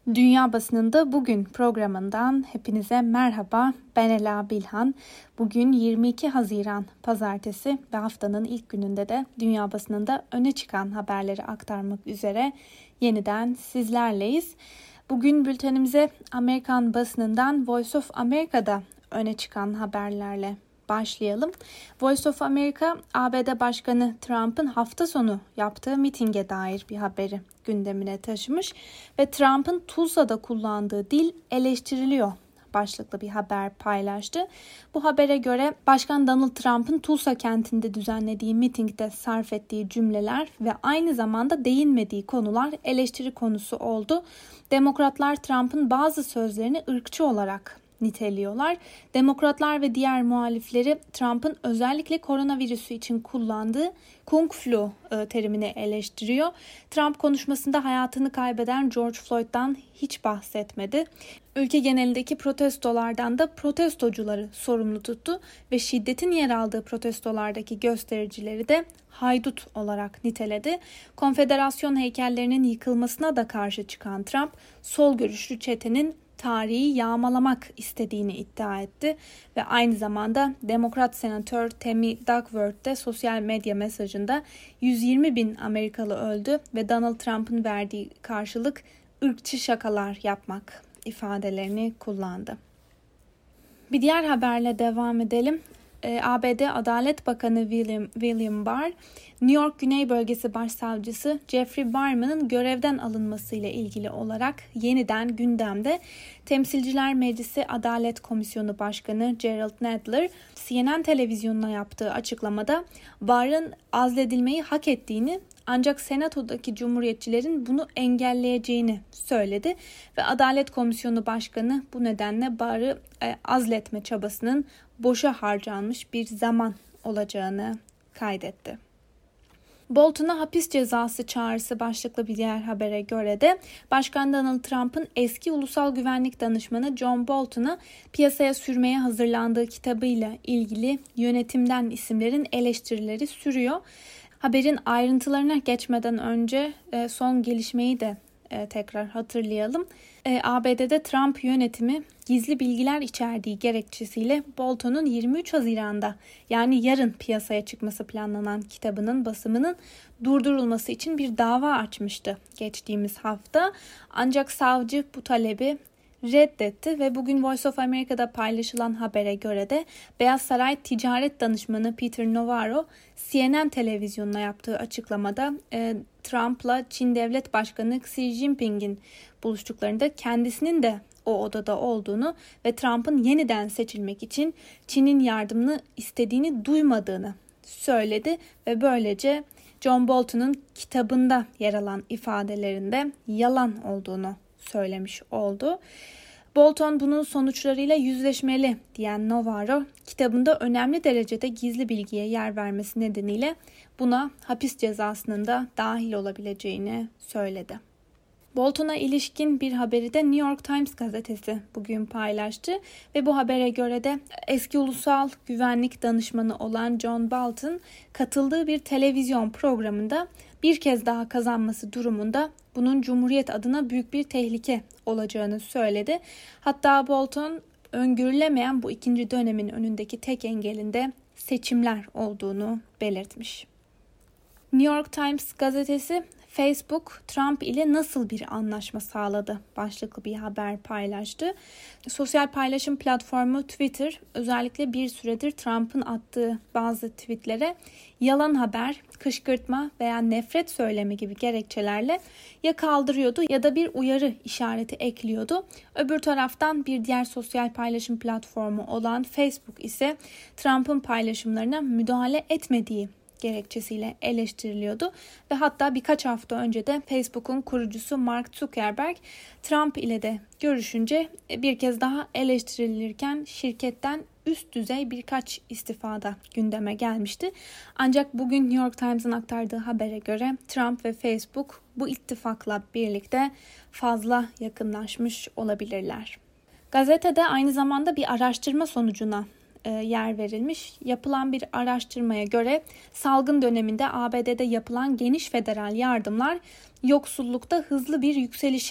Dünya Basınında Bugün programından hepinize merhaba. Ben Ela Bilhan. Bugün 22 Haziran Pazartesi ve haftanın ilk gününde de dünya basınında öne çıkan haberleri aktarmak üzere yeniden sizlerleyiz. Bugün bültenimize Amerikan basınından Voice of America'da öne çıkan haberlerle başlayalım. Voice of America, ABD Başkanı Trump'ın hafta sonu yaptığı mitinge dair bir haberi gündemine taşımış ve Trump'ın Tulsa'da kullandığı dil eleştiriliyor başlıklı bir haber paylaştı. Bu habere göre Başkan Donald Trump'ın Tulsa kentinde düzenlediği mitingde sarf ettiği cümleler ve aynı zamanda değinmediği konular eleştiri konusu oldu. Demokratlar Trump'ın bazı sözlerini ırkçı olarak niteliyorlar. Demokratlar ve diğer muhalifleri Trump'ın özellikle koronavirüsü için kullandığı Kung Flu terimini eleştiriyor. Trump konuşmasında hayatını kaybeden George Floyd'dan hiç bahsetmedi. Ülke genelindeki protestolardan da protestocuları sorumlu tuttu ve şiddetin yer aldığı protestolardaki göstericileri de haydut olarak niteledi. Konfederasyon heykellerinin yıkılmasına da karşı çıkan Trump, sol görüşlü çetenin tarihi yağmalamak istediğini iddia etti ve aynı zamanda Demokrat Senatör Tammy Duckworth de sosyal medya mesajında 120 bin Amerikalı öldü ve Donald Trump'ın verdiği karşılık ırkçı şakalar yapmak ifadelerini kullandı. Bir diğer haberle devam edelim. ABD Adalet Bakanı William Barr, New York Güney Bölgesi Başsavcısı Jeffrey Berman'ın görevden alınmasıyla ilgili olarak yeniden gündemde. Temsilciler Meclisi Adalet Komisyonu Başkanı Gerald Nadler, CNN televizyonuna yaptığı açıklamada Barr'ın azledilmeyi hak ettiğini ancak Senato'daki Cumhuriyetçilerin bunu engelleyeceğini söyledi ve Adalet Komisyonu Başkanı bu nedenle Barr'ı azletme çabasının boşa harcanmış bir zaman olacağını kaydetti. Bolton'a hapis cezası çağrısı başlıklı bir diğer habere göre de Başkan Donald Trump'ın eski ulusal güvenlik danışmanı John Bolton'a piyasaya sürmeye hazırlandığı kitabıyla ilgili yönetimden isimlerin eleştirileri sürüyor. Haberin ayrıntılarına geçmeden önce son gelişmeyi de tekrar hatırlayalım. ABD'de Trump yönetimi gizli bilgiler içerdiği gerekçesiyle Bolton'un 23 Haziran'da yani yarın piyasaya çıkması planlanan kitabının basımının durdurulması için bir dava açmıştı geçtiğimiz hafta. Ancak savcı bu talebi reddetti ve bugün Voice of America'da paylaşılan habere göre de Beyaz Saray Ticaret Danışmanı Peter Navarro CNN televizyonuna yaptığı açıklamada Trump'la Çin Devlet Başkanı Xi Jinping'in buluştuklarında kendisinin de o odada olduğunu ve Trump'ın yeniden seçilmek için Çin'in yardımını istediğini duymadığını söyledi ve böylece John Bolton'un kitabında yer alan ifadelerinde yalan olduğunu söylemiş oldu. Bolton bunun sonuçlarıyla yüzleşmeli diyen Navarro, kitabında önemli derecede gizli bilgiye yer vermesi nedeniyle buna hapis cezasının da dahil olabileceğini söyledi. Bolton'a ilişkin bir haberi de New York Times gazetesi bugün paylaştı ve bu habere göre de eski ulusal güvenlik danışmanı olan John Bolton katıldığı bir televizyon programında bir kez daha kazanması durumunda bunun Cumhuriyet adına büyük bir tehlike olacağını söyledi. Hatta Bolton öngörülemeyen bu ikinci dönemin önündeki tek engelinde seçimler olduğunu belirtmiş. New York Times gazetesi Facebook, Trump ile nasıl bir anlaşma sağladı başlıklı bir haber paylaştı. Sosyal paylaşım platformu Twitter özellikle bir süredir Trump'ın attığı bazı tweetlere yalan haber, kışkırtma veya nefret söylemi gibi gerekçelerle ya kaldırıyordu ya da bir uyarı işareti ekliyordu. Öbür taraftan bir diğer sosyal paylaşım platformu olan Facebook ise Trump'ın paylaşımlarına müdahale etmediği gerekçesiyle eleştiriliyordu ve hatta birkaç hafta önce de Facebook'un kurucusu Mark Zuckerberg Trump ile de görüşünce bir kez daha eleştirilirken şirketten üst düzey birkaç istifada gündeme gelmişti. Ancak bugün New York Times'ın aktardığı habere göre Trump ve Facebook bu ittifakla birlikte fazla yakınlaşmış olabilirler. Gazetede aynı zamanda bir araştırma sonucuna yer verilmiş. Yapılan bir araştırmaya göre salgın döneminde ABD'de yapılan geniş federal yardımlar yoksullukta hızlı bir yükselişi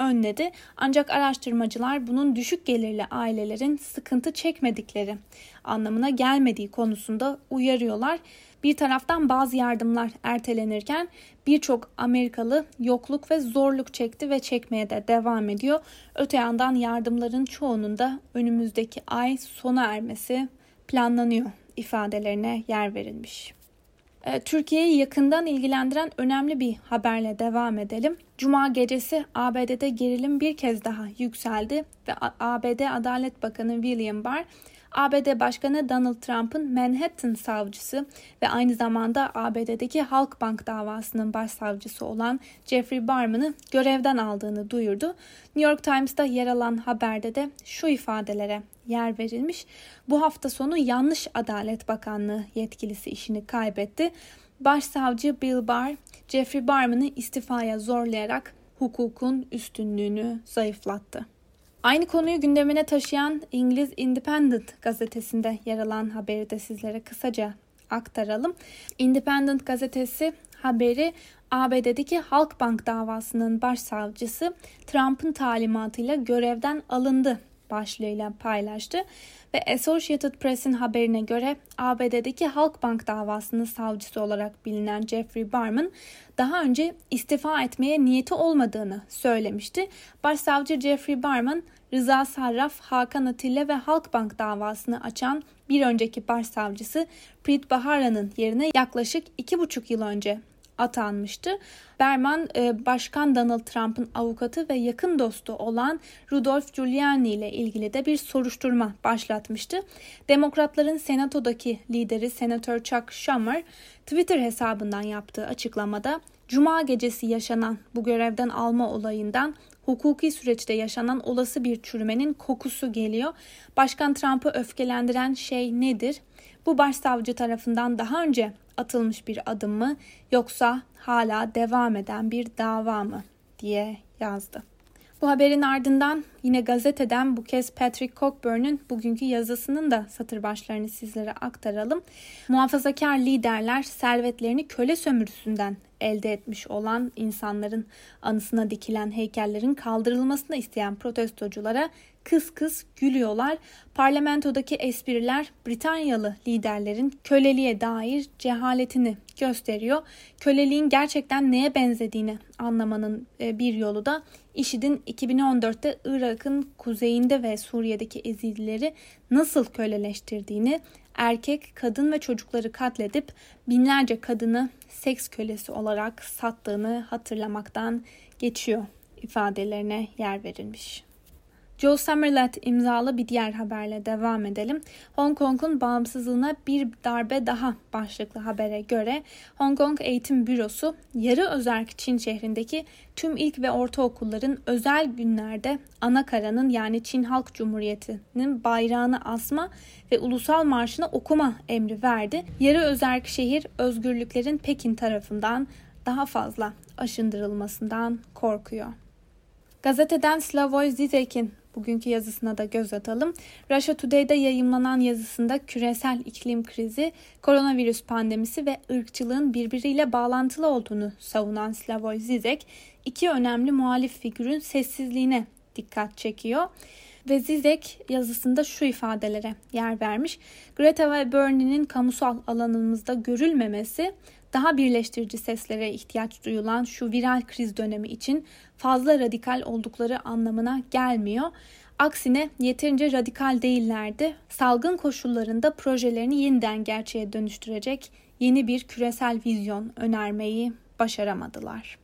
önledi. Ancak araştırmacılar bunun düşük gelirli ailelerin sıkıntı çekmedikleri anlamına gelmediği konusunda uyarıyorlar. Bir taraftan bazı yardımlar ertelenirken birçok Amerikalı yokluk ve zorluk çekti ve çekmeye de devam ediyor. Öte yandan yardımların çoğunun da önümüzdeki ay sona ermesi planlanıyor ifadelerine yer verilmiş. Türkiye'yi yakından ilgilendiren önemli bir haberle devam edelim. Cuma gecesi ABD'de gerilim bir kez daha yükseldi ve ABD Adalet Bakanı William Barr, ABD Başkanı Donald Trump'ın Manhattan savcısı ve aynı zamanda ABD'deki Halkbank davasının başsavcısı olan Jeffrey Berman'ı görevden aldığını duyurdu. New York Times'ta yer alan haberde de şu ifadelere yer verilmiş. Bu hafta sonu yanlış Adalet Bakanlığı yetkilisi işini kaybetti. Başsavcı Bill Barr, Jeffrey Berman'ı istifaya zorlayarak hukukun üstünlüğünü zayıflattı. Aynı konuyu gündemine taşıyan İngiliz Independent gazetesinde yer alan haberi de sizlere kısaca aktaralım. Independent gazetesi haberi ABD'deki Halkbank davasının başsavcısı Trump'ın talimatıyla görevden alındı başlığıyla paylaştı ve Associated Press'in haberine göre ABD'deki Halkbank davasının savcısı olarak bilinen Jeffrey Berman daha önce istifa etmeye niyeti olmadığını söylemişti. Başsavcı Jeffrey Berman, Rıza Sarraf, Hakan Atilla ve Halkbank davasını açan bir önceki başsavcısı Preet Bharara'nın yerine yaklaşık 2,5 yıl önce atanmıştı. Berman, Başkan Donald Trump'ın avukatı ve yakın dostu olan Rudolph Giuliani ile ilgili de bir soruşturma başlatmıştı. Demokratların Senato'daki lideri Senatör Chuck Schumer, Twitter hesabından yaptığı açıklamada, Cuma gecesi yaşanan bu görevden alma olayından hukuki süreçte yaşanan olası bir çürümenin kokusu geliyor. Başkan Trump'ı öfkelendiren şey nedir? Bu başsavcı tarafından daha önce atılmış bir adım mı yoksa hala devam eden bir dava mı diye yazdı. Bu haberin ardından yine gazeteden bu kez Patrick Cockburn'un bugünkü yazısının da satır başlarını sizlere aktaralım. Muhafazakar liderler servetlerini köle sömürüsünden elde etmiş olan insanların anısına dikilen heykellerin kaldırılmasını isteyen protestoculara kıs kıs gülüyorlar. Parlamentodaki espriler Britanyalı liderlerin köleliğe dair cehaletini gösteriyor. Köleliğin gerçekten neye benzediğini anlamanın bir yolu da IŞİD'in 2014'te Irak'ın kuzeyinde ve Suriye'deki Ezidileri nasıl köleleştirdiğini, erkek, kadın ve çocukları katledip binlerce kadını seks kölesi olarak sattığını hatırlamaktan geçiyor ifadelerine yer verilmiş. Joe Summerlath imzalı bir diğer haberle devam edelim. Hong Kong'un bağımsızlığına bir darbe daha başlıklı habere göre Hong Kong Eğitim Bürosu yarı özerk Çin şehrindeki tüm ilk ve ortaokulların özel günlerde anakara'nın yani Çin Halk Cumhuriyeti'nin bayrağını asma ve ulusal marşını okuma emri verdi. Yarı özerk şehir özgürlüklerin Pekin tarafından daha fazla aşındırılmasından korkuyor. Gazeteden Slavoj Zizek'in bugünkü yazısına da göz atalım. Russia Today'da yayımlanan yazısında küresel iklim krizi, koronavirüs pandemisi ve ırkçılığın birbiriyle bağlantılı olduğunu savunan Slavoj Zizek, iki önemli muhalif figürün sessizliğine dikkat çekiyor. Ve Zizek yazısında şu ifadelere yer vermiş. Greta ve Bernie'nin kamusal alanımızda görülmemesi, daha birleştirici seslere ihtiyaç duyulan şu viral kriz dönemi için fazla radikal oldukları anlamına gelmiyor. Aksine yeterince radikal değillerdi. Salgın koşullarında projelerini yeniden gerçeğe dönüştürecek yeni bir küresel vizyon önermeyi başaramadılar.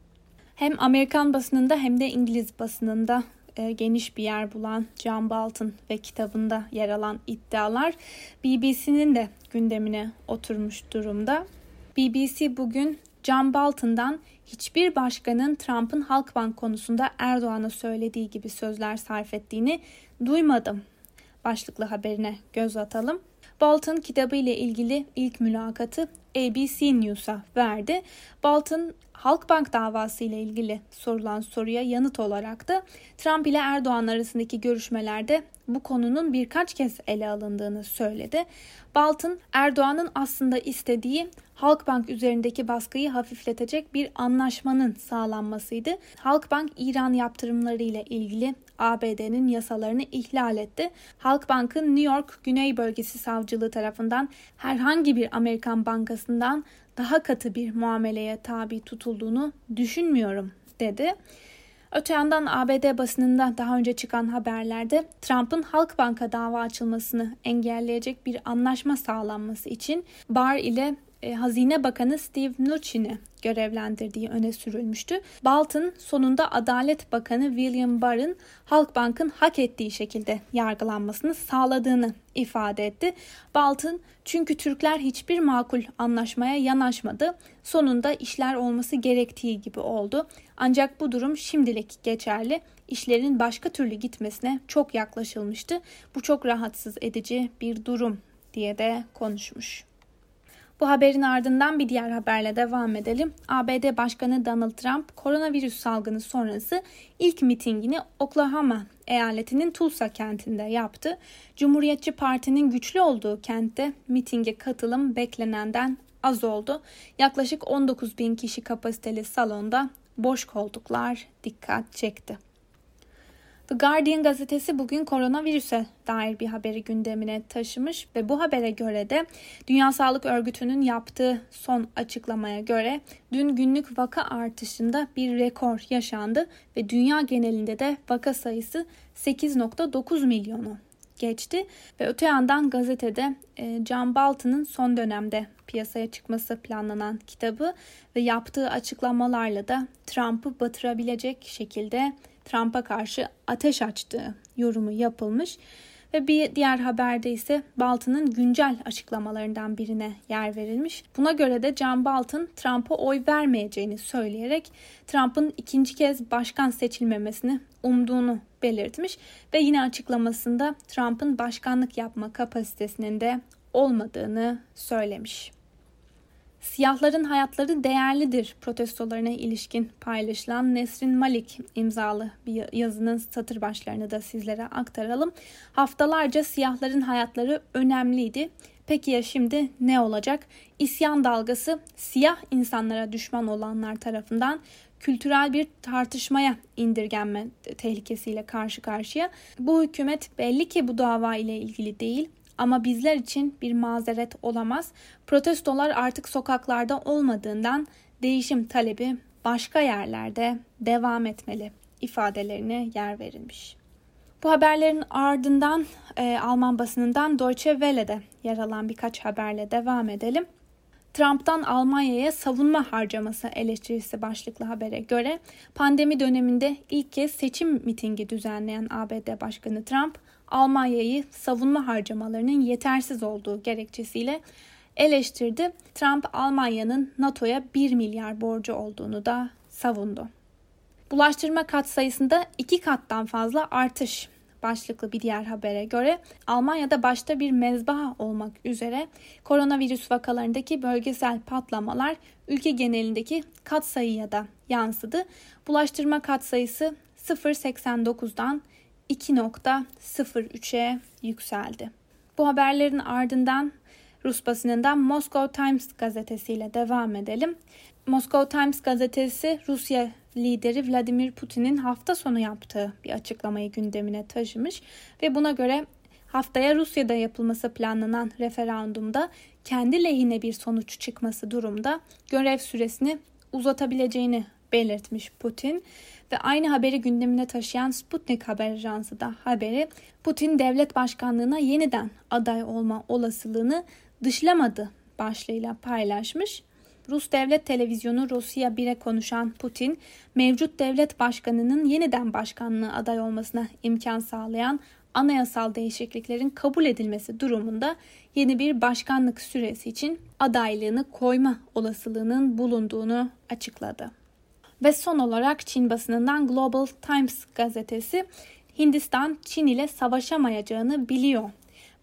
Hem Amerikan basınında hem de İngiliz basınında geniş bir yer bulan John Bolton ve kitabında yer alan iddialar BBC'nin de gündemine oturmuş durumda. BBC bugün John Bolton'dan hiçbir başkanın Trump'ın Halkbank konusunda Erdoğan'a söylediği gibi sözler sarf ettiğini duymadım başlıklı haberine göz atalım. Bolton kitabı ile ilgili ilk mülakatı ABC News'a verdi. Bolton, Halkbank davası ile ilgili sorulan soruya yanıt olarak da Trump ile Erdoğan arasındaki görüşmelerde bu konunun birkaç kez ele alındığını söyledi. Bolton, Erdoğan'ın aslında istediği Halkbank üzerindeki baskıyı hafifletecek bir anlaşmanın sağlanmasıydı. Halkbank, İran yaptırımları ile ilgili ABD'nin yasalarını ihlal etti. Halkbank'ın New York Güney Bölgesi Savcılığı tarafından herhangi bir Amerikan bankasından daha katı bir muameleye tabi tutulduğunu düşünmüyorum dedi. Öte yandan ABD basınında daha önce çıkan haberlerde Trump'ın Halkbank'a dava açılmasını engelleyecek bir anlaşma sağlanması için Barr ile Hazine Bakanı Steve Mnuchin'i görevlendirdiği öne sürülmüştü. Bolton sonunda Adalet Bakanı William Barr'ın Halkbank'ın hak ettiği şekilde yargılanmasını sağladığını ifade etti. Bolton, çünkü Türkler hiçbir makul anlaşmaya yanaşmadı. Sonunda işler olması gerektiği gibi oldu. Ancak bu durum şimdilik geçerli. İşlerin başka türlü gitmesine çok yaklaşılmıştı. Bu çok rahatsız edici bir durum diye de konuşmuş. Bu haberin ardından bir diğer haberle devam edelim. ABD Başkanı Donald Trump, koronavirüs salgını sonrası ilk mitingini Oklahoma eyaletinin Tulsa kentinde yaptı. Cumhuriyetçi Parti'nin güçlü olduğu kentte mitinge katılım beklenenden az oldu. Yaklaşık 19 bin kişi kapasiteli salonda boş koltuklar dikkat çekti. The Guardian gazetesi bugün koronavirüse dair bir haberi gündemine taşımış ve bu habere göre de Dünya Sağlık Örgütü'nün yaptığı son açıklamaya göre dün günlük vaka artışında bir rekor yaşandı ve dünya genelinde de vaka sayısı 8,9 milyonu geçti ve öte yandan gazetede John Bolton'ın son dönemde piyasaya çıkması planlanan kitabı ve yaptığı açıklamalarla da Trump'ı batırabilecek şekilde Trump'a karşı ateş açtığı yorumu yapılmış ve bir diğer haberde ise Bolton'ın güncel açıklamalarından birine yer verilmiş. Buna göre de John Bolton Trump'a oy vermeyeceğini söyleyerek Trump'ın ikinci kez başkan seçilmemesini umduğunu belirtmiş ve yine açıklamasında Trump'ın başkanlık yapma kapasitesinin de olmadığını söylemiş. Siyahların hayatları değerlidir protestolarına ilişkin paylaşılan Nesrin Malik imzalı bir yazının satır başlarını da sizlere aktaralım. Haftalarca siyahların hayatları önemliydi. Peki ya şimdi ne olacak? İsyan dalgası siyah insanlara düşman olanlar tarafından kültürel bir tartışmaya indirgenme tehlikesiyle karşı karşıya. Bu hükümet belli ki bu dava ile ilgili değil. Ama bizler için bir mazeret olamaz. Protestolar artık sokaklarda olmadığından değişim talebi başka yerlerde devam etmeli ifadelerine yer verilmiş. Bu haberlerin ardından Alman basınından Deutsche Welle'de yer alan birkaç haberle devam edelim. Trump'tan Almanya'ya savunma harcaması eleştirisi başlıklı habere göre pandemi döneminde ilk kez seçim mitingi düzenleyen ABD Başkanı Trump, Almanya'yı savunma harcamalarının yetersiz olduğu gerekçesiyle eleştirdi. Trump, Almanya'nın NATO'ya 1 milyar borcu olduğunu da savundu. Bulaştırma katsayısında 2 kattan fazla artış başlıklı bir diğer habere göre Almanya'da başta bir mezbaha olmak üzere koronavirüs vakalarındaki bölgesel patlamalar ülke genelindeki katsayıya da yansıdı. Bulaştırma katsayısı 0,89'dan 2,03'e yükseldi. Bu haberlerin ardından Rus basınından Moscow Times gazetesiyle devam edelim. Moscow Times gazetesi Rusya lideri Vladimir Putin'in hafta sonu yaptığı bir açıklamayı gündemine taşımış ve buna göre haftaya Rusya'da yapılması planlanan referandumda kendi lehine bir sonuç çıkması durumda görev süresini uzatabileceğini belirtmiş Putin ve aynı haberi gündemine taşıyan Sputnik haber ajansı da haberi Putin devlet başkanlığına yeniden aday olma olasılığını dışlamadı başlığıyla paylaşmış. Rus devlet televizyonu Rusya 1'e konuşan Putin, mevcut devlet başkanının yeniden başkanlığa aday olmasına imkan sağlayan anayasal değişikliklerin kabul edilmesi durumunda yeni bir başkanlık süresi için adaylığını koyma olasılığının bulunduğunu açıkladı. Ve son olarak Çin basınından Global Times gazetesi, Hindistan Çin ile savaşamayacağını biliyor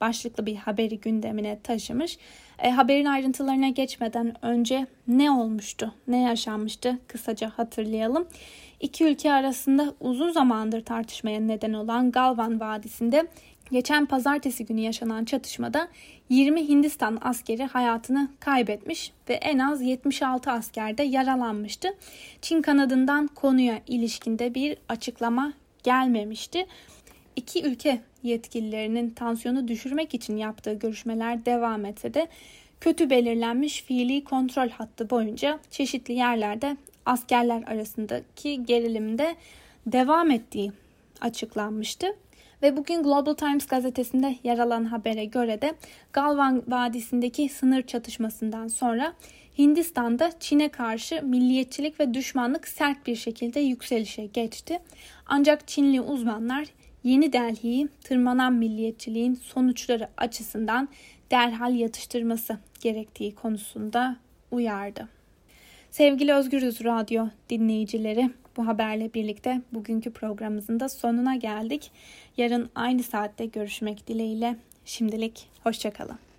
başlıklı bir haberi gündemine taşımış. Haberin ayrıntılarına geçmeden önce ne olmuştu, ne yaşanmıştı kısaca hatırlayalım. İki ülke arasında uzun zamandır tartışmaya neden olan Galvan Vadisi'nde geçen pazartesi günü yaşanan çatışmada 20 Hindistan askeri hayatını kaybetmiş ve en az 76 asker de yaralanmıştı. Çin kanadından konuya ilişkinde bir açıklama gelmemişti. İki ülke yetkililerinin tansiyonu düşürmek için yaptığı görüşmeler devam etse de kötü belirlenmiş fiili kontrol hattı boyunca çeşitli yerlerde askerler arasındaki gerilimde devam ettiği açıklanmıştı. Ve bugün Global Times gazetesinde yer alan habere göre de Galvan Vadisi'ndeki sınır çatışmasından sonra Hindistan'da Çin'e karşı milliyetçilik ve düşmanlık sert bir şekilde yükselişe geçti. Ancak Çinli uzmanlar Yeni Delhi'yi tırmanan milliyetçiliğin sonuçları açısından derhal yatıştırması gerektiği konusunda uyardı. Sevgili Özgürüz Radyo dinleyicileri, bu haberle birlikte bugünkü programımızın da sonuna geldik. Yarın aynı saatte görüşmek dileğiyle. Şimdilik hoşça kalın.